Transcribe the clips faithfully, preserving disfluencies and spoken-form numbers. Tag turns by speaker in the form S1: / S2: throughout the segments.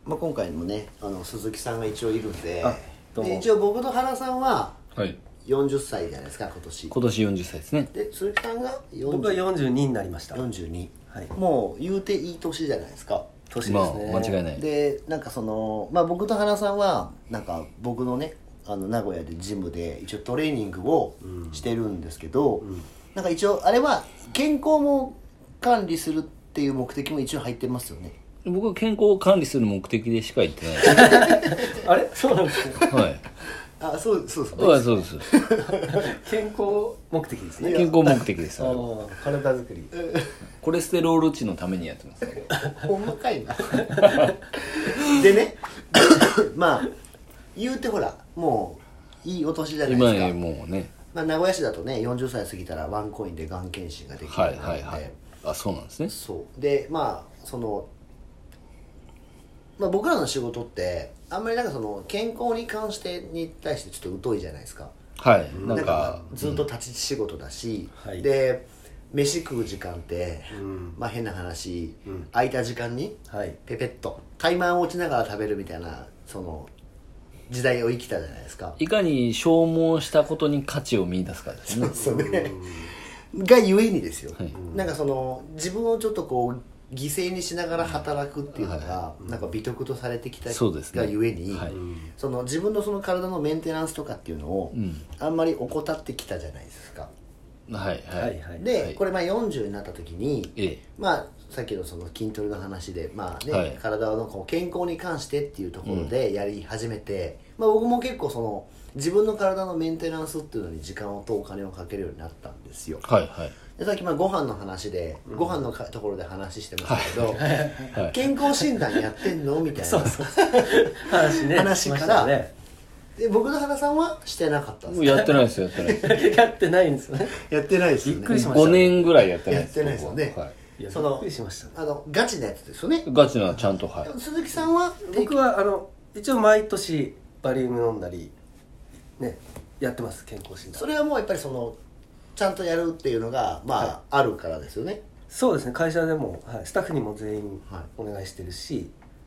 S1: まあ、今回もねあの鈴木さんが一応いるんで、
S2: どうも
S1: で一応僕と原さんは
S3: はい
S1: よんじゅっさいじゃないですか今年。
S3: 今年よんじゅっさいですね。
S1: で鈴木さんがよんじゅう
S2: 僕はよんじゅうにになりました。
S1: よんじゅうに、
S2: はい、
S1: もう言うていい年じゃないですか。
S2: 年ですね、
S3: まあ間違いない
S1: でなんかその、まあ、僕と原さんはなんか僕のねあの名古屋でジムで一応トレーニングをしてるんですけど、うん、なんか一応あれは健康も管理するっていう目的も一応入ってますよね。
S3: 僕は健康を管理する目的でしか言ってない
S2: あれそうなんですか。
S3: はい
S1: あそうそうですね。
S3: はいそうです
S2: 健康目的ですね。
S3: 健康目的です。
S2: あ体作り
S3: コレステロール値のためにやってます、ね、
S1: ほんまかいなでねまあ言うてほらもういいお年じゃないですか。
S3: 今もうね、
S1: まあ、名古屋市だとねよんじゅっさい過ぎたらワンコインでがん検診ができるので、
S3: はいはいはい、あそうなんですね。
S1: そうでまあそのまあ、僕らの仕事ってあんまりなんかその健康に関してに対してちょっと疎いじゃないですか。
S3: はい
S1: なんか、まあ、ずっと立ち仕事だし、うん、で飯食う時間って、うん、まあ変な話、うん、空いた時間にペペッとタイマーを落ちながら食べるみたいなその時代を生きたじゃないですか。
S3: いかに消耗したことに価値を見出すかですね。
S1: そうですねがゆえにですよ、はい、なんかその自分をちょっとこう犠牲にしながら働くっていうのがなんか美徳とされてきたがゆえに、はい、その自分のその体のメンテナンスとかっていうのをあんまり怠ってきたじゃないですか。
S3: はいはいはい。
S1: で、
S3: はい、
S1: これまあよんじゅうになった時に、
S3: ええ、
S1: まあさっきのその筋トレの話でまあね、
S3: はい、
S1: 体のこう健康に関してっていうところでやり始めて、うん、まあ僕も結構その自分の体のメンテナンスっていうのに時間とお金をかけるようになったんですよ。
S3: はいはい。
S1: でさっきまあご飯の話で、うん、ご飯のかところで話してましたけど、はい、健康診断やってんのみたいな
S2: そうそう話、ね、
S1: 話から、ね、で僕の原さんはしてなかったんです
S3: か。やってないですよやってない
S2: やってないんですよね。
S1: やってないですよね。
S2: びっくりしました、ね、
S3: ごねんぐらいやってないです。
S1: やってないですよね。はい、
S2: いや
S1: その
S2: びっくりしました、ね、
S1: あのガチなやつですよね。
S3: ガチなちゃんと。はい。
S1: 鈴木さんは
S2: 僕はあの一応毎年バリウム飲んだりねやってます。健康診断。
S1: それはもうやっぱりそのちゃんとやるっていうのがまあ、はい、あるからですよね。
S2: そうですね。会社でも、はい、スタッフにも全員お願いしてるし、はい、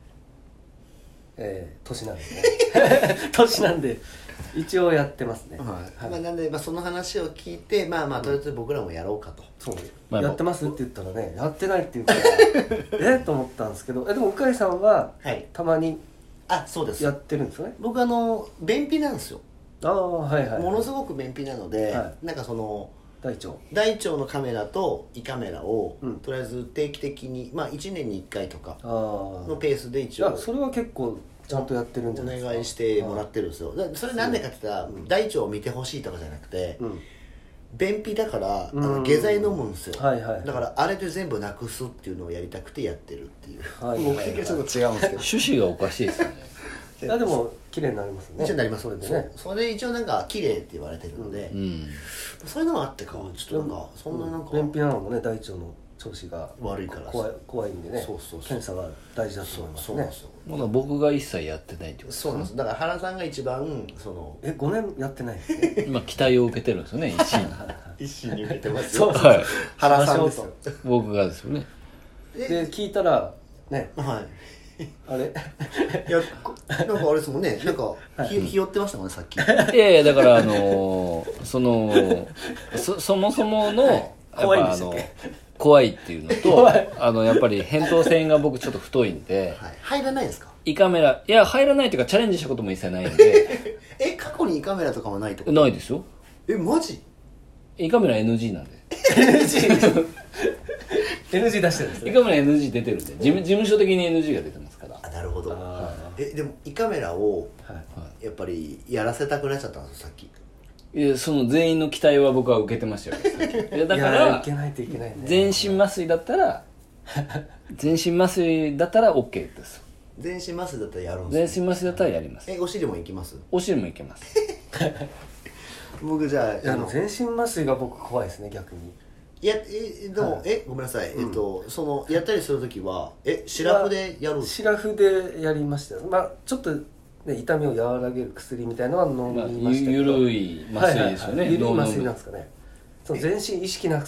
S2: えー、年なんでね年なんで一応やってますね。
S1: はい
S2: はい、
S1: まあ、なんで、まあ、その話を聞いてまあまあとりあえず僕らもやろうかと、
S2: そう、まあ、やってますって言ったらねやってないって言うからえっと思ったんですけど、えでも向井さんは、はい、たまに
S1: あそうです
S2: やってるんですよね。
S1: 僕あの便秘なんですよ。
S2: ああはいはい、はい、
S1: ものすごく便秘なので、はい、なんかその
S2: 大腸
S1: 大腸のカメラと胃カメラを、うん、とりあえず定期的にまあいちねんにいっかいとかのペースで一応
S2: それは結構ちゃんとやってるんじゃないですか。
S1: お願いしてもらってるんですよ。それなんでかって言ったら、うん、大腸を見てほしいとかじゃなくて、うん、便秘だからあの下剤飲むんですよ、はいはいはい、だからあれで全部なくすっていうのをやりたくてやってるっていう、はいはいはい、目的はちょっと違うんですけど
S3: 趣旨がおかしいですよね
S2: いやでも綺麗になりますね。
S1: 一応なります。
S2: それでね。
S1: それで一応なんか綺麗って言われてるので、うん、そういうのもあってか、ちょっとなんかそんななんか
S2: 便秘なのもね大腸の調子が
S1: 悪いから
S2: 怖い怖いんでね。そうそうそう検査が大事だと思いますね。そうなんですよ。
S3: まだ僕が一切やってないってことです
S1: ね。そうなんです。だから原さんが一番その
S2: えごねんやってないですね。
S3: 今期待を受けてるんですよね一心
S1: 一心に受けてますよ。
S2: そうそう、はい、
S1: 原さんですよ。
S3: 僕がですよね。
S2: で聞いたらね。
S1: はい。
S2: あれ
S1: いやなんかあれですもんねなんかひ、はい、ひよってましたもんねさっき。い
S3: やいやだからあのー、その そ, そもそもの、はい、
S2: 怖いんでしたっけ。
S3: 怖いっていうのとあのやっぱり扁桃腺が僕ちょっと太いんで、
S1: はい、入らないんですか
S3: 胃カメラ。いや入らないというかチャレンジしたことも一切ないんで
S1: え過去に胃カメラとかはないってこと。
S3: ないですよ。
S1: えマジ
S3: 胃カメラ エヌジー なんで
S2: エヌジーエヌジー 出してるんですね。
S3: 胃カメラ エヌジー 出てるんで事務、事務所的に エヌジー が出てますから。
S1: あなるほど。えでも胃カメラをやっぱりやらせたくなっちゃったんですよさっき。
S3: いやその全員の期待は僕は受けてましたよ。いやだから
S2: いけないといけないね。
S3: 全身麻酔だったら全身麻酔だったら OK です。
S1: 全身麻酔だったらやるんですか。
S3: 全身麻酔だったらやります。
S1: えお尻もいきます。
S3: お尻もいけます
S1: 僕じゃあ
S2: あの全身麻酔が僕怖いですね逆に。
S1: いやえでも、はい、えごめんなさい、うん、えっとそのやったりするときはえシラフでやるんですか。
S2: シラフでやりましたよ。まあちょっとね痛みを和らげる薬みたいなのは飲みましたけど、
S3: まあ、ゆるい麻酔ですよね。
S2: ゆるい麻酔なんですかね。その全身意識なく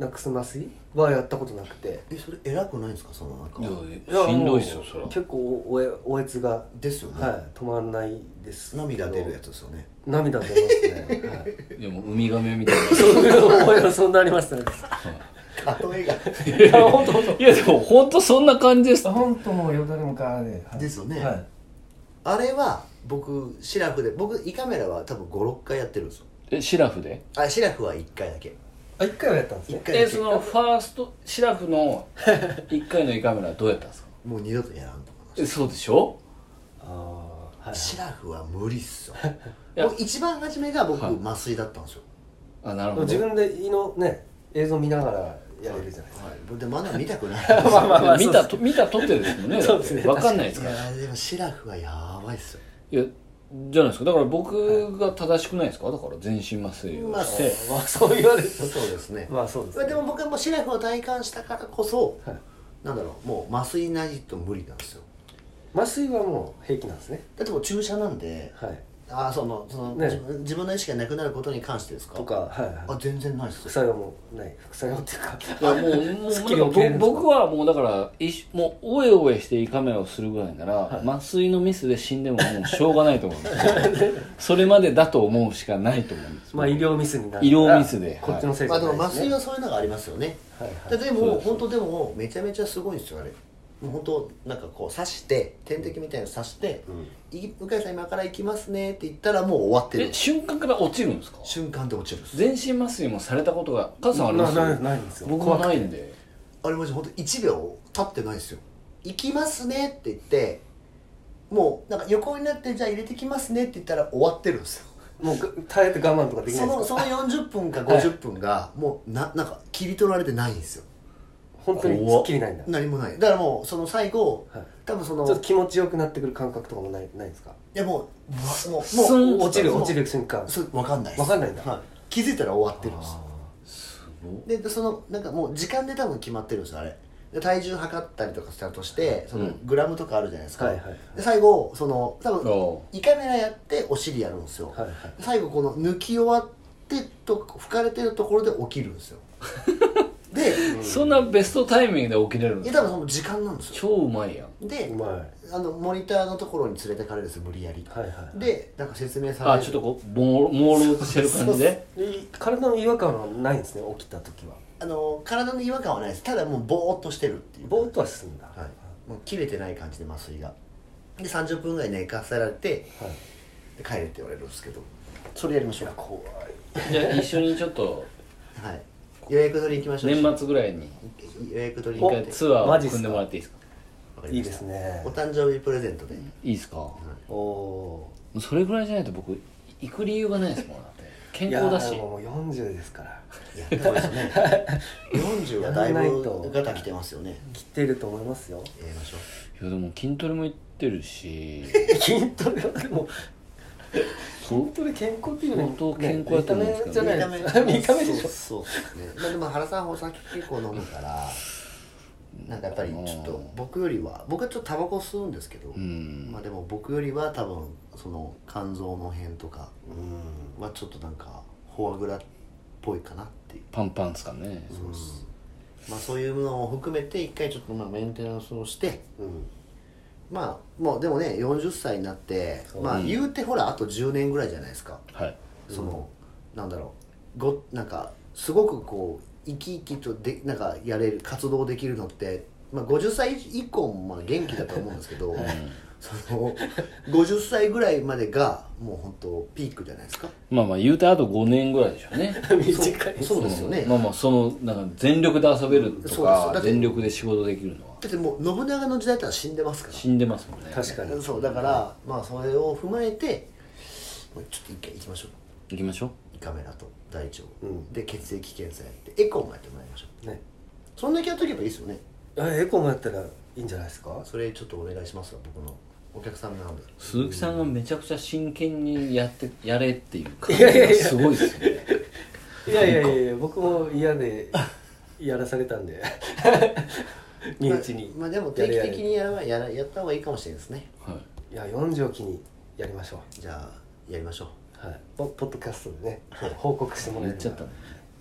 S2: なくす麻酔はやったことなくて。
S1: え、それ偉くないんですか、そのなんか。
S3: いやしんどいっすよそれは。
S2: 結構おえおえつが
S1: ですよね、
S2: はい、止まんないです。
S1: 涙出るやつですよね。
S2: 涙出ますね、はい、
S3: いやもうウミガメみたいな
S2: そういう思いはそんなありましたね。
S1: 例えが
S2: いや本当本当。
S3: いやでも本当そんな感じです。
S2: 本当もうよだれもからね、はい、
S1: ですよね、
S2: はい、
S1: あれは僕シラフで、僕胃カメラは多分ごろっかいやってるんですよ。
S3: えシラフで？
S1: あ、シラフはいっかいだけ。
S2: あ、いっかいはやったんですね。
S1: いっかいだけ。
S3: えそのファーストシラフのいっかいの胃カメラはどうやったんですか？
S1: もう二度とやらんと思いま
S3: えそうでしょ？
S2: ああ、はいはい、
S1: シラフは無理っすよ。
S3: いや
S1: もう一番初めが僕、
S3: はい
S1: 麻酔だったんですよ。
S3: あなるほど。
S2: 自分で胃のね映像見ながらやれるじゃないですか。
S1: はい、でまだ見たくない
S2: まあまあまあ
S3: 見たと見たとってですもんね。
S2: そうですね
S3: わかんないです
S1: い
S3: から。
S1: やでもシラフはやばいっすよ。
S3: いやじゃないですか。だから僕が正しくないですか。だから全身麻酔をして、
S2: まあそう言われると
S1: そうですね。
S2: まあそうですね。
S1: でも僕はもうシラフを体感したからこそ、
S2: はい、
S1: なんだろう、もう麻酔ないと無理なんですよ。
S2: 麻酔はもう平気なんですね。
S1: だってもう注射なんで、
S2: はい。
S1: ああそのその、
S2: ね、
S1: 自分自分の意識がなくなることに関してですか
S2: とか、はいはい、
S1: あ全然ないです
S2: 副作用もない副作用っていうか
S3: いやもうもう
S2: スッキリ起きれるんですか。
S3: 僕はもうだからいしもうおえおえして胃カメラをするぐらいなら、はい、麻酔のミスで死んでももうしょうがないと思うんですそれまでだと思うしかないと思うんです。
S2: まあ医療ミスになる
S3: 医療ミスで
S2: こっちのせいじゃないですね。
S1: まあでも麻酔はそういうのがありますよね。はいはい、でも本当でもめちゃめちゃすごいんですよあれ。もう本当なんかこう刺して点滴みたいなの刺して、うん、向井さん今から行きますねって言ったらもう終わってる。
S3: え瞬間から落ちるんですか？
S1: 瞬間で落ちる。
S3: 全身麻酔もされたことがカズさんあります？
S2: なないんですよ。
S3: 僕もないんで。
S1: あれマジ本当いちびょう経ってないですよ。行きますねって言ってもうなんか横になってじゃあ入れてきますねって言ったら終わってるんですよ。
S2: もう耐えて我慢とかできないですか？
S1: そのそのよんじゅっぷんかごじゅっぷんがもうななんか切り取られてないんですよ。
S2: 本当にすっきりないんだ。
S1: 何もない。だからもうその最後、はい、多分その
S2: ちょっと気持ちよくなってくる感覚とかもないないですか？
S1: いやもうも
S2: うもう落ちる落ちる瞬間。
S1: そ分かんないです。
S2: 分かんないんだ。
S1: はい、気づいたら終わってるんです。すごい。でそのなんかもう時間で多分決まってるんですよあれ。で体重測ったりとかしたとしてそのグラムとかあるじゃないですか。うん、はいはい、で最後その多分胃カメラやってお尻やるんですよ。はいはい、最後この抜き終わってと拭かれてるところで起きるんですよ。で、
S3: うん、そんなベストタイミングで起きれるんですか？
S1: いや多分その時間なんですよ。
S3: 超うまいやん。
S1: で
S2: うまい
S1: あのモニターのところに連れてかれるんですよ無理やり、はいはい、でなんか説明される。
S3: あちょっとこう朦朧としてる感じで
S2: 体の違和感はないんですね起きた時は。
S1: あの体の違和感はないです。ただもうボーっとしてるっていう。
S2: ボーっとはするんだ、
S1: はい、もう切れてない感じで麻酔がでさんじゅっぷんぐらい寝かせられて、はい、で帰れって言われるんですけどそれやりましょう。
S2: 怖い。
S3: じゃあ一緒にちょっと
S1: はい予約取り行きましょう。
S3: 年末ぐらいに
S1: 予約取りに行って
S3: ツアーを組んでもらっていいですか？
S2: いいですね。
S1: お誕生日プレゼントで
S3: いいですか？はい、
S2: おお
S3: それぐらいじゃないと僕行く理由がないですもん。だって健康だし。
S2: いやもうよんじゅうですから。
S1: いやそうですねよんじゅうはだいぶガタきてますよね。
S2: きてると思いますよ。
S1: やりましょ
S3: う。いやでも筋トレも行ってるし
S2: 筋トレはでも筋トレ健康っていうのは
S3: 本当健康やと思うんですけど、
S2: ね、見た目じゃないですか。見た目でしょ。
S1: そうですね。まあでも原さんお酒結構飲むからなんかやっぱりちょっと僕よりは僕はちょっとタバコ吸うんですけど、うん、まあでも僕よりは多分その肝臓の辺とかはちょっとなんかフォアグラっぽいかなっていう。
S3: パンパンですかね。
S1: そうです、うん、まあそういうのを含めて一回ちょっとまあメンテナンスをして、うん、まあもうでもねよんじゅっさいになってまあ言うてほらあとじゅうねんぐらいじゃないですか。はい、その、うん、なんだろうごなんかすごくこう生き生きとでなんかやれる活動できるのって、まあ、ごじゅっさい以降もまあ元気だと思うんですけど、はい、そのごじゅっさいぐらいまでがもう本当ピークじゃないですか。
S3: まあまあ言うてあとごねんぐらいでしょうね。
S1: 短い。そうですよね。
S3: まあまあそのなんか全力で遊べるとか全力で仕事できるのは
S1: だってもう信長の時代ってのは死んでますから
S3: 死んでますもんね。
S2: 確かに。
S1: そうだからまあそれを踏まえてちょっと一回行きましょう。
S3: 行きましょう。
S1: 胃カメラと大腸、うん、で血液検査やってエコーもやってもらいましょうね。そんだけやっとけばいいですよね。
S2: エコーもやったらいいんじゃないですか。
S1: それちょっとお願いしますわ僕のお客さんなんで。
S3: 鈴木さんがめちゃくちゃ真剣にやってやれっていう感じがすごいですよね。
S2: いやいやいや僕も嫌でやらされたんで身内に、
S1: まあ、まあでも定期的にやらやらやった方がいいかもしれないですね。
S3: はい、
S2: いやよんじゅうを機にやりましょう。
S1: じゃあやりましょう。
S2: はい、ポッドキャストでね報告してもらえる。
S3: 言っちゃったね。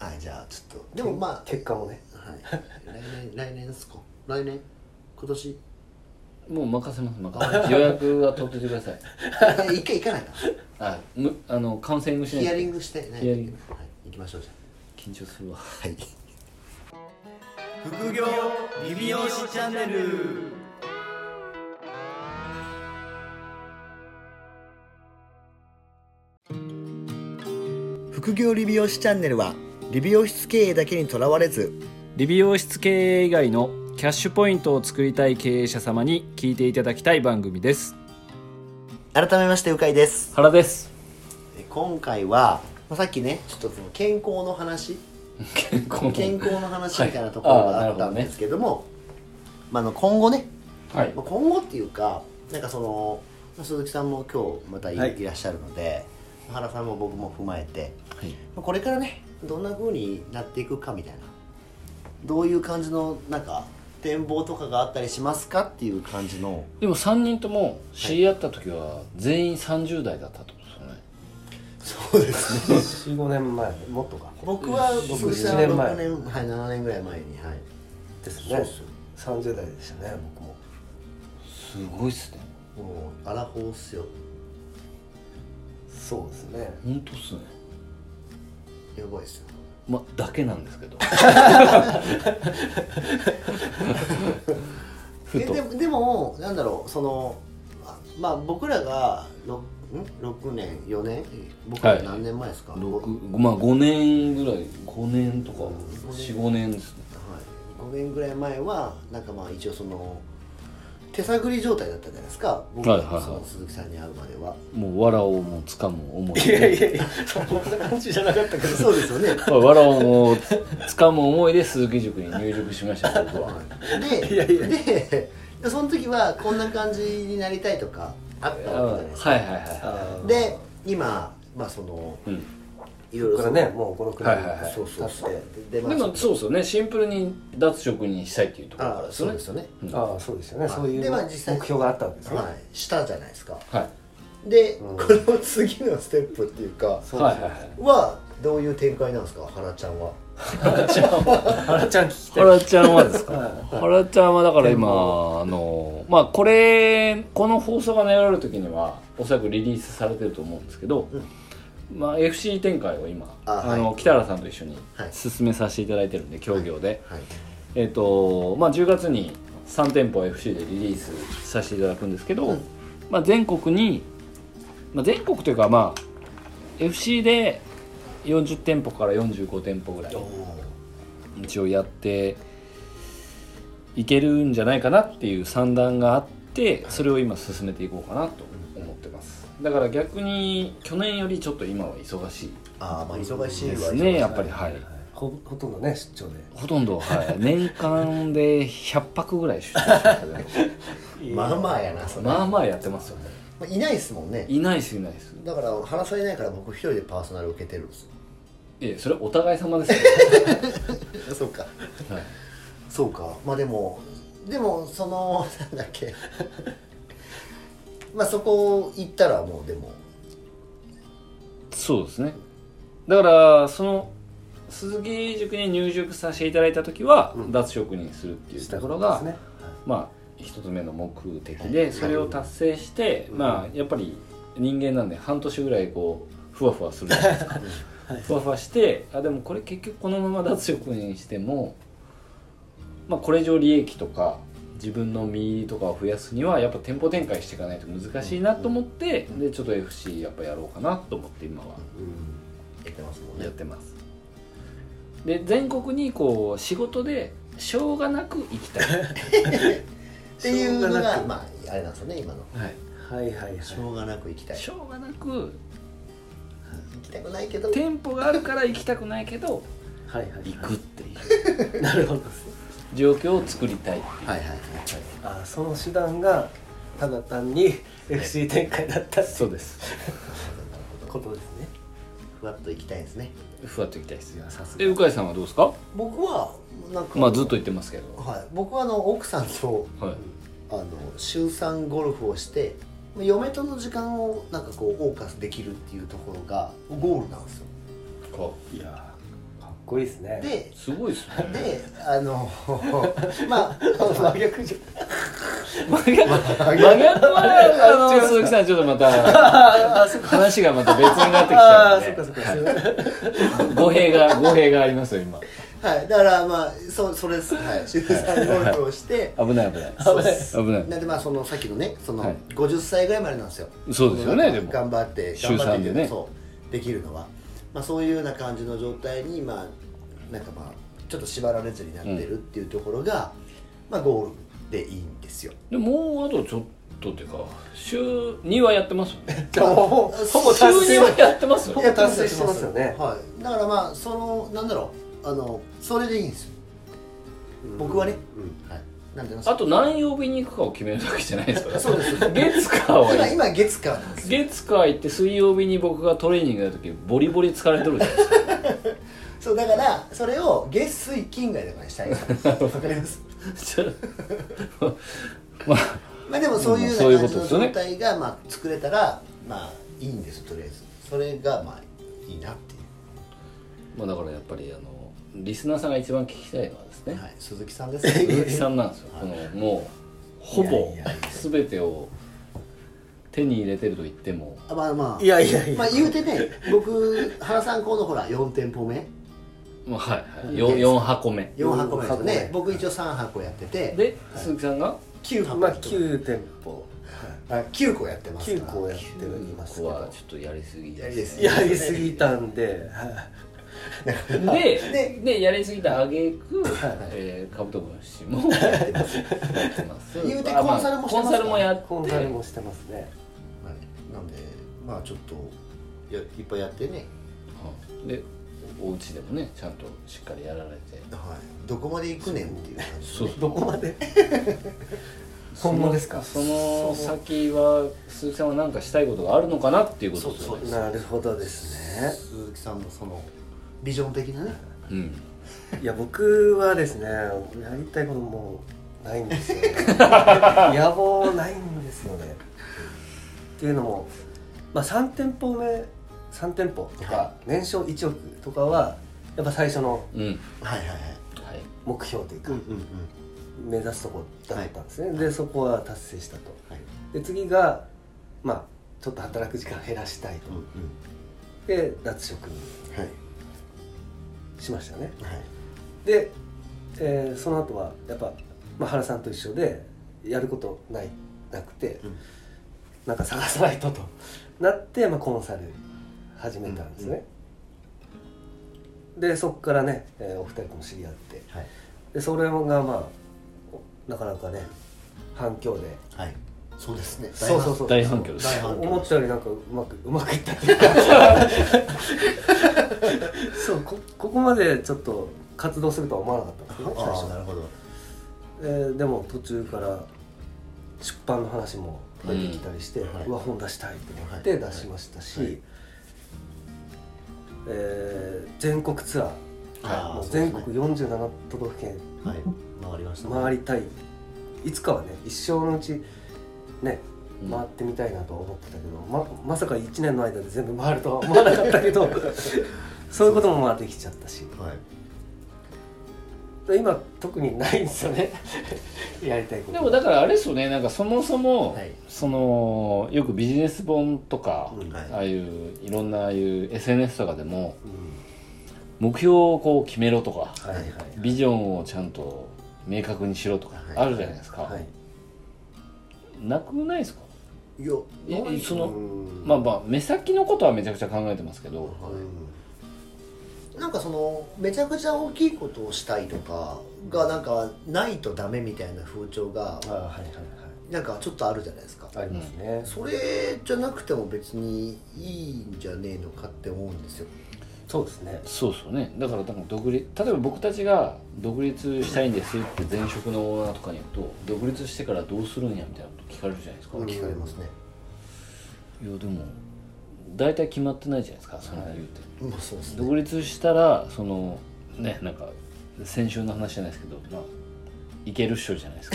S1: あ、じゃあちょっとでもまあ
S2: 結果もね、
S1: はい、来年来年ですか、来年今年
S3: もう任せます、任せ予約は取っててください
S1: 一回行かないか
S3: あむあのカウンセリングしない
S1: ヒアリングしてね、
S3: ヒアリング、
S1: はい、行きましょう。じゃ
S3: あ緊張するわ。
S1: はい。
S4: 副業リビオシチャンネル。
S1: 副業理美容師チャンネルは理美容室経営だけにとらわれず、
S3: 理美容室経営以外のキャッシュポイントを作りたい経営者様に聞いていただきたい番組です。
S1: 改めましてうかいです。
S3: 原です。
S1: 今回はさっきねちょっとその健康の話健康健康の話みたいなところがあったんですけども、はい、どね、まあ、あの今後ね、はい、今後っていうかなんかその鈴木さんも今日また い,、はい、いらっしゃるので、原さんも僕も踏まえて、はい、これからねどんな風になっていくかみたいな、どういう感じのなんか展望とかがあったりしますかっていう感じの。
S3: でもさんにんとも知り合った時は全員さんじゅう代だったってことですよね。
S1: そうですね
S2: よん、ごねんまえ、もっとか。
S1: 僕は
S2: 僕ななねんまえ、
S1: ろくねん、はい、ななねんぐらい前に、はい、
S2: ですね。さんじゅう代でしたね、僕も。
S3: すごいっすね。
S1: もうアラフォーっすよ。
S2: そうですね。
S3: 本当っすね。
S1: やばいっすよ。
S3: まあだけなんですけど
S1: えでもでもなんだろう、そのまあ僕らが ろく, ろくねんよねん、僕ら何年前ですか、はい、
S3: まあごねんぐらい、ごねんとかよん、ごねんですね、
S1: はい、ごねんぐらい前はなんかまあ一応その手探り状態だったじゃないですか、僕がその鈴木さんに会うまでは。
S3: もう藁をもつかむ思いで、
S2: いやいやいやそんな感じじゃなかったけど
S1: そうですよね
S3: 藁をもうつかむ思いで鈴木塾に入塾しました僕は
S1: で、いやいやでその時はこんな感じになりたいとかあったわけじゃないですか。
S3: はいはいはい。
S1: で今まあその、うん、いろいろ
S2: そこからねもうこのくらい
S1: そうそうそう。
S3: でもそうですよね、シンプルに脱職にしたいっていうところからですよね。
S1: そうですよね。
S2: ああそうですよね。そういう目標があったわけですね。
S1: はい。したじゃないですか。
S3: はい。
S1: でこの次のステップっていうかはどういう展開なんですか、原ちゃんは。
S3: 原ちゃんは
S2: 原ちゃん聞きたい。
S3: 原ちゃんはですか。原ちゃんはだから今あのまあこれこの放送が流れる時にはおそらくリリースされてると思うんですけど、まあ エフシー 展開を今あの北原さんと一緒に進めさせていただいてるんで、協業でえっとまあじゅうがつにさんてんぽ エフシー でリリースさせていただくんですけど、まあ全国にまあ全国というかまあ エフシー でよんじゅってんぽからよんじゅうごてんぽぐらい一応やっていけるんじゃないかなっていう算段があって、それを今進めていこうかなと思ってます。だから逆に去年よりちょっと今は忙しい。
S1: ああまあ忙しい
S3: ですね、やっぱり。はい、
S2: ほ, ほとんどね出張で
S3: ほとんど、はい、年間でひゃっぱくぐらい出張してる
S1: まあまあやな、それ
S3: まあまあやってますよね。
S1: いないですもんね。
S3: いないですいないです。
S1: だから原さんいないから僕一人でパーソナル受けてるんですよ。
S3: ええ、それお互い様ですよ
S1: そうか、
S3: はい、
S1: そうか。まあでもでもそのなんだっけまあそこ行ったらもうでも
S3: そうですね。だからその鈴木塾に入塾させていただいた時は、うん、脱職にするっていうところが、ね、まあ一つ目の目的で、はい、それを達成して、うん、まあやっぱり人間なんで半年ぐらいこうふわふわするじゃないですかはい、ふわふわして、あでもこれ結局このまま脱職にしても、まあ、これ以上利益とか自分の身とかを増やすにはやっぱ店舗展開していかないと難しいなと思って、うん、でちょっと エフシー やっぱやろうかなと思って今は、
S1: うん、やってますもんね。
S3: やってます。で全国にこう仕事でしょうがなく行きたい
S1: っていうのがまああれなんですよね今の、
S2: はい、はいはいはい。
S1: しょうがなく行きたい。
S3: しょうがなく
S1: 行きたくないけど
S3: 店舗があるから行きたくないけど
S2: はいはい、はい、
S3: 行くっていう
S2: なるほど
S3: 状況を作りたい。
S1: はいはいはいはい。
S2: あその手段がただ単に エフシー 展開だったっていう
S3: そうです
S2: ことですね。
S1: ふわっと行きたいですね。
S3: ふわっと行きたいです。
S2: さすが。
S3: え、鵜飼さんはどうですか？
S1: 僕はなんか
S3: まあずっと言ってますけど、
S1: はい、僕はあの奥さんと、はい、あの週さんゴルフをして嫁との時間をなんかこう謳歌できるっていうところがゴールなんですよ。
S2: いやかっこいいですね。
S3: ですごいですね。
S1: であのまあ
S2: 真逆じゃ
S3: 真逆真逆はあの鈴木さんちょっとまた話がまた別になってきちゃうんで。ああそっかそっか。語弊が語弊がありますよ今。
S1: はい、だからまあそそれです、はい、週さんゴルフをして
S3: 危ない危ない
S1: 危ない
S3: 危ない。
S1: なんでまあそのさっきのねそのごじゅっさいぐらいまでなんですよ。
S3: そうですよね。でも
S1: 頑張って
S3: 週さんでね
S1: そうできるのは、まあそういうような感じの状態にまあなんかまあちょっと縛られずになってるっていうところが、まあゴールでいいんですよ。
S3: でもうあとちょっとっていうか週にはやってますよね。
S2: じゃあほぼ
S3: 週にはやってますよ。
S2: ほぼ達成してますよね。
S1: はい。だからまあそのなんだろうあのそれでいいんですよ。僕はね。はい。なんで
S3: あと何曜日に行くかを決めるだけじゃないですか。
S1: そうです。
S3: 月火は
S1: 今今月火なんです。
S3: 月火行って水曜日に僕がトレーニングやるときボリボリ疲れとるじゃないですか。
S1: そうだからそれを月水金ぐらいとかにしたいです。わかります。まあまあでもそういうような感じの状態がまあ作れたらまあいいんですとりあえず。それがまあいいなっていう。
S3: まあだからやっぱりあのリスナーさんが一番聞きたいのはですね。
S1: はい、鈴木さんです。
S3: 鈴木さんなんですよ。このもうほぼ全てを手に入れてると言っても。
S1: あまあまあ。
S2: いやいやいや。
S1: まあ言うてね、僕原さんこのほらよん店舗目。
S3: まあはいはい。よんよん箱目。
S1: よん箱目ですよね。僕一応さん箱やってて。
S3: で鈴木さんが
S1: きゅう箱。
S2: まあきゅう店舗。
S1: きゅうこやってます。
S2: きゅうこやってますけど。
S3: はちょっとやりすぎ
S1: やりです。
S2: やりすぎたんで。
S3: ででやりすぎた挙句カブトムシもやってます。
S1: 言うてコンサルもしてます。
S3: コンサルもやって
S2: コンサルもしてますね。
S1: なんでまあちょっとやいっぱいやってね。
S3: でお家でもねちゃんとしっかりやられて。
S1: はい。どこまで行くねんっていう感じ。
S3: そう
S2: どこまで。本物ですか。
S3: その先は鈴木さんは何かしたいことがあるのかなっていうことですよね。
S2: なるほどですね。
S1: 鈴木さんのそのビジョン的なね。
S3: うん。
S2: いや僕はですねやりたいこともないんですよね。野望ないんですよね。っていうのもまあさん店舗目さん店舗とか年商いちおくとかはやっぱ最初の目標というか目指すとこだったんですね。でそこは達成したと。で次がまあちょっと働く時間減らしたいと。で脱職にしましたね。で、えー、その後はやっぱ、まあ、原さんと一緒でやることないなくて、うん、なんか探さないととなって、まあ、コンサル始めたんですね。うん、でそこからね、えー、お二人とも知り合って、はい、でそれがまあなかなかね反響で、
S1: はい、そうですね。
S2: そうそうそう
S3: 大反響です。
S2: 思ったよりなんかうまくうまくいったっていうかそうこここまでちょっと活動するとは思わなかったんですね最初。
S1: なるほど。
S2: えー、でも途中から出版の話も出てきたりして、うん、うわ本出したいと思って出しましたし、はいはい、えー、全国ツアー、はい、もう全国よんじゅうなな都道府県、
S1: はい、回りましたね。
S2: 回りたい。いつかはね一生のうちね回ってみたいなとは思ってたけど、ま, まさかいちねんの間で全部回るとは思わなかったけどそういうこともまあできちゃったし、はい、今特にないんですよねやりたいこと。
S3: でもだからあれですよね、なんかそもそも、はい、そのよくビジネス本とか、うん、ああいういろんなああいう エスエヌエス とかでも、うん、目標をこう決めろとか、はいはいはい、ビジョンをちゃんと明確にしろとかあるじゃないですか、はいはいはい、なくないですか？
S1: いや
S3: そのまあまあ目先のことはめちゃくちゃ考えてますけど、はい、
S1: なんかそのめちゃくちゃ大きいことをしたいとかがなんかないとダメみたいな風潮がなんかちょっとあるじゃないですか。
S2: ありますね。
S1: それじゃなくても別にいいんじゃねえのかって思うんですよ。
S2: そうですね。
S3: そうですよね。だから多分独立、例えば僕たちが独立したいんですって前職のオーナーとかに言うと、独立してからどうするんやみたいなこと聞かれるじゃないですか。
S1: 聞かれますね。
S3: いやでも大体決まってないじゃないですか、その言うて、
S1: まあそうですね、
S3: 独立したらそのね、なんか先週の話じゃないですけど、まあいけるっしょじゃないですか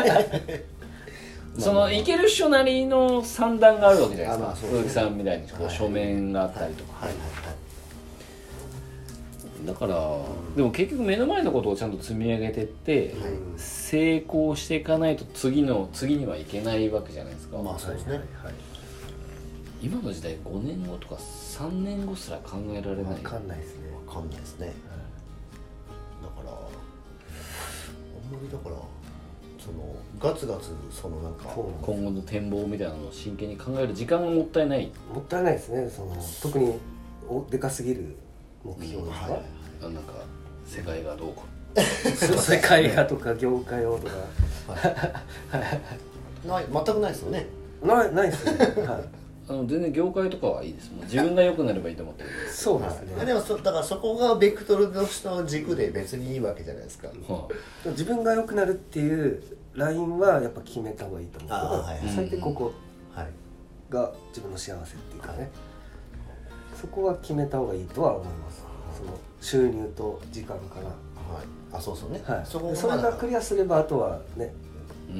S3: そのいけるっしょなりの算段があるわけじゃないですか。鈴木さんみたいにこう書面があったりとか、 だから、うん、でも結局目の前のことをちゃんと積み上げてって、はい、成功していかないと次の次にはいけないわけじゃないですか。
S1: まあそうですね、はいはい、
S3: 今の時代ごねんごとかさんねんごすら考えられない。
S2: 分かんないですね。
S1: 分かんないですね、はい、だからあんまりだからそのガツガツそのなんか
S3: 今後の展望みたいなのを真剣に考える時間がもったいない。
S2: もったいないですね。その特にでかすぎる目標ですか、うん、はい、
S3: なんか世界がどうこ
S2: う世界がとか業界をとか、
S1: はい、ない全くないですよね。
S2: ないないですね、はい、
S3: あの全然業界とかはいいですもん。自分が良くなればいいと思ってる。
S2: そうですね、
S1: はい、でもそだからそこがベクトルとしての軸で別にいいわけじゃないですか、は
S2: あ、自分が良くなるっていうラインはやっぱ決めた方がいいと思うけど、はい、最低ここが自分の幸せっていうかね、はい、そこは決めた方がいいとは思います。その収入と時間かな、はい、
S1: あ、そうそうね、
S2: はい、そこそれがクリアすればあとはね、うん、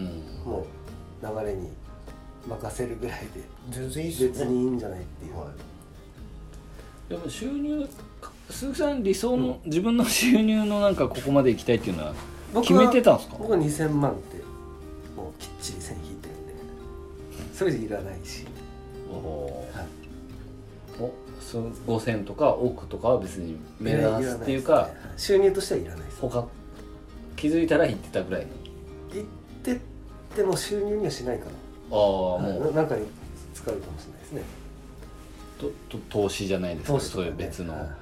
S2: もう流れに任せるぐらいで
S1: 全然いいっすよね。
S2: 別にいいんじゃないっていう、はい、
S3: でも収入、鈴木さん理想の、うん、自分の収入のなんかここまで行きたいっていうのは決めてたんですか？
S2: 僕はにせんまんってもうきっちり線引いてるんで、それじゃいらないし、
S3: おお、はい、おそのごせんとか億とかは別に目指すっていうか、
S2: ね、収入としてはいらないです。
S3: 他気づいたら行ってたぐらいに
S2: 行ってっても収入にはしないかな。
S3: ああ、も
S2: う何かに使うかもしれないですね。
S3: とと投資じゃないですか、ね、そういう別の、はいはい、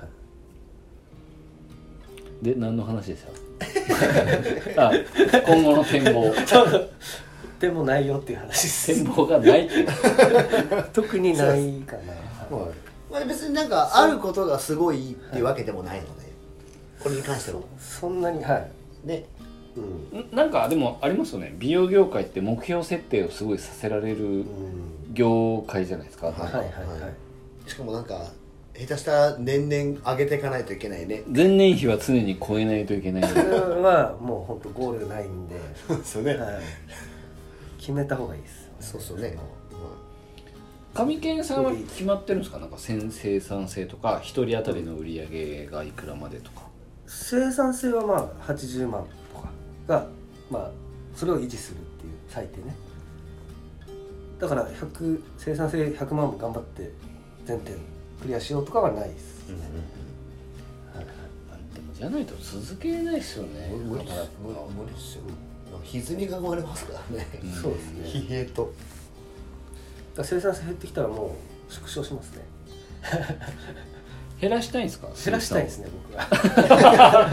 S3: で何の話でしたあ、今後の展望
S2: でもないよっていう話です。
S3: 展望がないっていう
S2: 特にないかな、
S1: はい、まあ、別になんかあることがすごいっていうわけでもないので、はい、これに関しては
S2: そ, そんなにはい
S1: ね、
S3: うん、なんかでもありますよね。美容業界って目標設定をすごいさせられる業界じゃないですか、うん、はいはいはい、
S1: しかもなんか下手したら年々上げていかないといけないね。
S3: 前年比は常に超えないといけない。
S2: それはもう本当ゴールないんで
S1: そうですよね、
S2: はい、決めた方がいいです。
S1: そうそうね。
S3: 上健さんは決まってるんですか？なんか生産性とか一人当たりの売り上げがいくらまでとか。
S2: 生産性はまあはちじゅうまんとかが、まあそれを維持するっていう最低ね。だからひゃく生産性ひゃくまんも頑張って全店クリアしようとかはないです、ね、うんうん
S3: うん、はい、でもじゃないと続けれないですよね。
S1: 無理ですよ。歪みが生まれますからね、
S2: うん、そうですね。
S1: 疲弊と
S2: だ生産性減ってきたらもう縮小しますね
S3: 減らしたいんですか？
S2: 減らしたいですね、僕は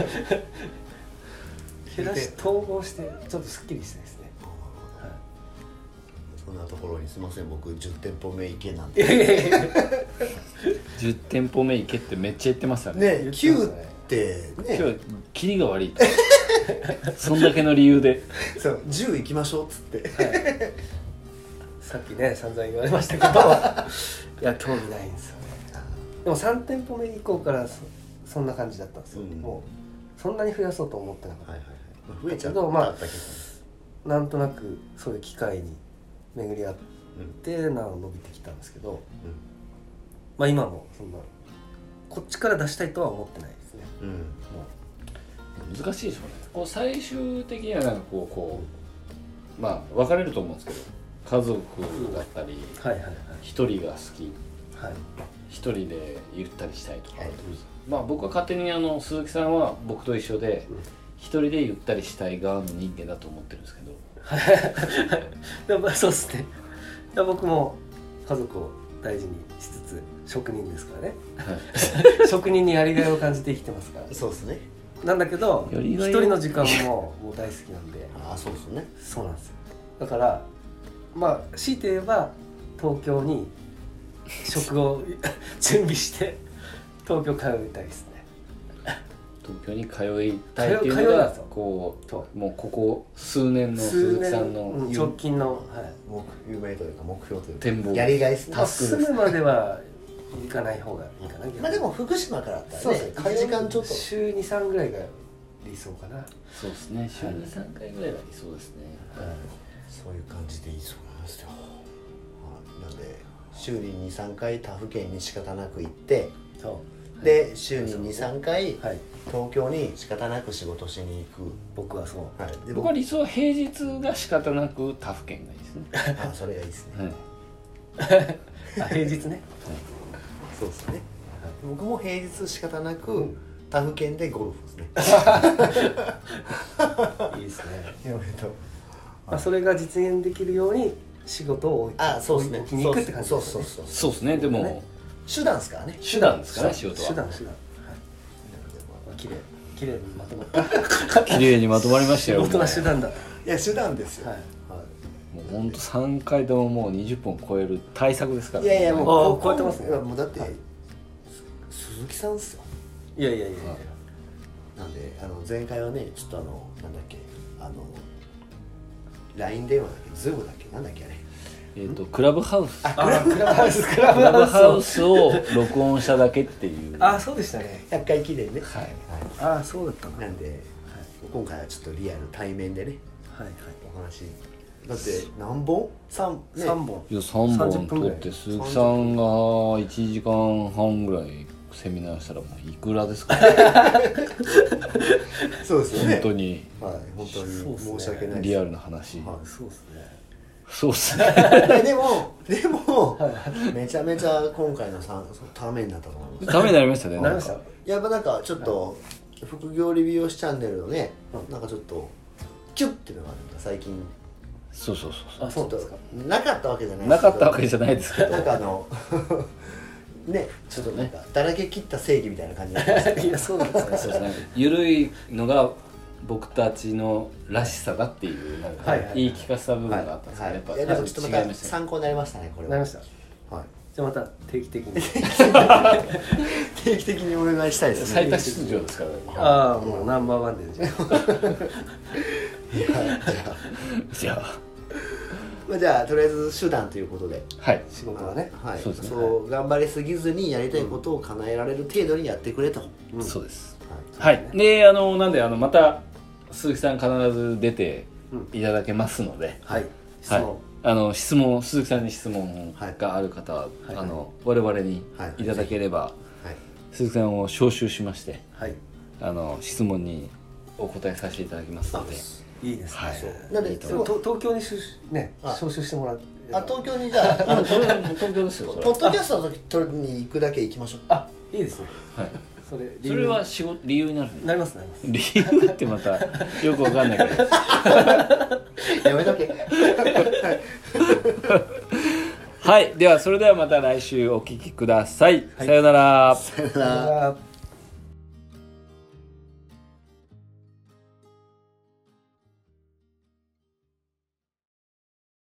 S2: 減らし統合してちょっとすっきりしたいですね、はい、
S1: そんなところにすいません、僕じゅってんぽめ行けなんて
S3: じゅってんぽめ行けってめっちゃ言ってますよね。
S1: ね、きゅうってね、
S3: 今日キリが悪いそんだけの理由で
S1: そうじゅう行きましょうっつって、はい、
S2: さっきね散々言われましたけどいや興味ないんですよね。でもさんてんぽめ以降から そ, そんな感じだったんですよ、うん、もうそんなに増やそうと思ってなかった、はいはいはい、増えちゃったけど、まあなんとなくそういう機会に巡り合って、うん、な伸びてきたんですけど、うん、まあ今もそんなこっちから出したいとは思ってないですね、うん、も
S3: う難しいでしょうね。こう最終的にはなんかこうこうまあ分かれると思うんですけど、家族だったり一、はいはいはい、人が好き、はい、一人でゆったりしたいとか、はい、まあ僕は勝手にあの鈴木さんは僕と一緒で、うん、一人でゆったりしたい側の人間だと思ってるんですけど
S2: でもそうですね。僕も家族を大事にしつつ職人ですからね、はい、職人にやりがいを感じて生きてますから。
S1: そうですね。
S2: なんだけど一人の時間ももう大好きなんで
S1: ああそうですね。
S2: そうなんですよ。だからまあ強いて言えば東京に職を準備して東京通いたいですね。
S3: 東京に通いたいっていうのがこうもうここ数年の鈴木さんの
S2: 直近の、はい、
S1: 目標というか目標というか
S3: 展望
S1: やりがいタスクです。
S2: 住むまでは行かない方がいいかな。
S1: まあでも福島からだったらねいちじかんちょっと
S2: 週に、さんぐらいが理想かな。
S3: そうですね。週に、さんかいぐらいが理想ですね、
S1: はい、そういう感じでいいそうなんですよ、はい、なんで週にに、さんかい他府県に仕方なく行ってで週ににさんかい、
S2: はい、
S1: 東京に仕方なく仕事しに行く。
S2: 僕はそう、
S1: はい、で
S3: 僕は理想は平日が仕方なく他府県がいいですね。
S1: あ、それがいいですね、
S2: はい、あ平日ね、
S1: そうですね、僕も平日仕方なく他府県でゴルフですね。
S2: いいですね。
S1: おめでとう。
S2: まあ、それが実現できるように仕事を
S1: あ、そうですね、
S2: 置きに行くって感じですね。
S1: そうそうそう
S3: そうですね。でも
S1: 手段ですからね。
S3: 手段ですからね、仕事は。
S2: 手段手段。はい。綺麗綺麗にまとまった。
S3: 綺麗にまとまりましたよ。
S2: 本当は手段だ。
S1: いや、手段ですよ。
S2: はい。
S3: もう本当三回とももうにじゅっぷん超える対策ですから
S1: いやいや、もう
S2: こう超えてますね。
S1: もうだって鈴木さんっすよ。
S2: いやいやいやいや。
S1: なんで、あの前回はね、ちょっとあのなんだっけ、あの ライン 電話だっけ、ズームだっけ、なんだっけあれ。
S3: えっとクラブハウス。
S1: あ、クラブハウス、ク
S3: クラブハウスを録音しただけっていう。
S2: あ、そうでしたね。
S1: ひゃっかい記念ね。
S3: はい。
S2: あ、そうだったな。
S1: なんで、今回はちょっとリアル対面でね、
S2: はいはい。
S1: お話。だって何本？三ね。
S2: 三本。
S3: いや三本撮って鈴木さんがいちじかんはんぐらいセミナーしたらもういくらですか。
S1: そうですよね。
S3: 本当に。
S1: はい、本当に申し訳ないです。
S3: リアルな話。
S1: はい、
S2: そうですね。
S3: そうっすね。
S1: でもでもめちゃめちゃ今回のさためになったと思います。
S3: ためになりましたね。
S2: なりました。
S1: やっぱなんかちょっと副業理美容師チャンネルのね、なんかちょっとキュッっていうのがあるんだ最近。
S3: そうそうそう。
S2: あ、そうですか。
S1: なかったわけじゃない。
S3: なかったわけじゃないですけど。
S1: なんかあのね、ちょっとなんかだらけ切った正義みたいな感じになってました。
S2: いや、そうなんですか。
S3: そうですね。ゆるいのが僕たちのらしさだっていうなんか言い聞かせた部分があったんですけど、やっぱ
S1: いやでもちょっとまた
S3: 違いましたね。
S1: 参考になりましたね、これは。
S2: なりました。
S1: はい。
S2: じゃあまた定期的に。
S1: 定期的にお願いしたいですね。
S3: 最多出場ですからね。
S2: ああ、もうナンバーワンで。じゃ
S3: じゃあ。
S1: まあじゃあとりあえず手段ということで、
S3: はい。
S2: 仕事はね。
S1: はい、
S3: そうですね
S1: そう頑張りすぎずにやりたいことを叶えられる程度にやってくれと。
S3: そうです。
S1: はい。
S3: はい。で、あのなんであのまた鈴木さん必ず出ていただけますので、
S2: はい。質
S3: はい
S2: 問。。
S3: あの質問鈴木さんに質問がある方は、
S2: はい
S3: あの我々にいただければ、
S1: はい。
S3: 鈴木さんを招集しまして、
S2: はい。
S3: あの質問にお答えさせていただきますので、
S2: いいですね。
S3: はい。
S1: なんで
S3: いいと
S2: でもと東京にしゅね
S1: あ
S2: 招集してもらって。
S1: あ、東京にじゃあ、あの
S3: それ東京ですよ。それ
S1: ポッドキャストの時取りに行くだけ行きましょう。
S2: あ、いいですね。
S3: はい。
S2: それ
S3: それは仕事理由になるんです。
S2: なりますなります。
S3: 理由ってまたよくわかんないけど。
S1: やめとけ。
S3: はい。ではそれではまた来週お聞きください。
S2: はい
S3: さようなら。
S1: さよなら。
S2: あー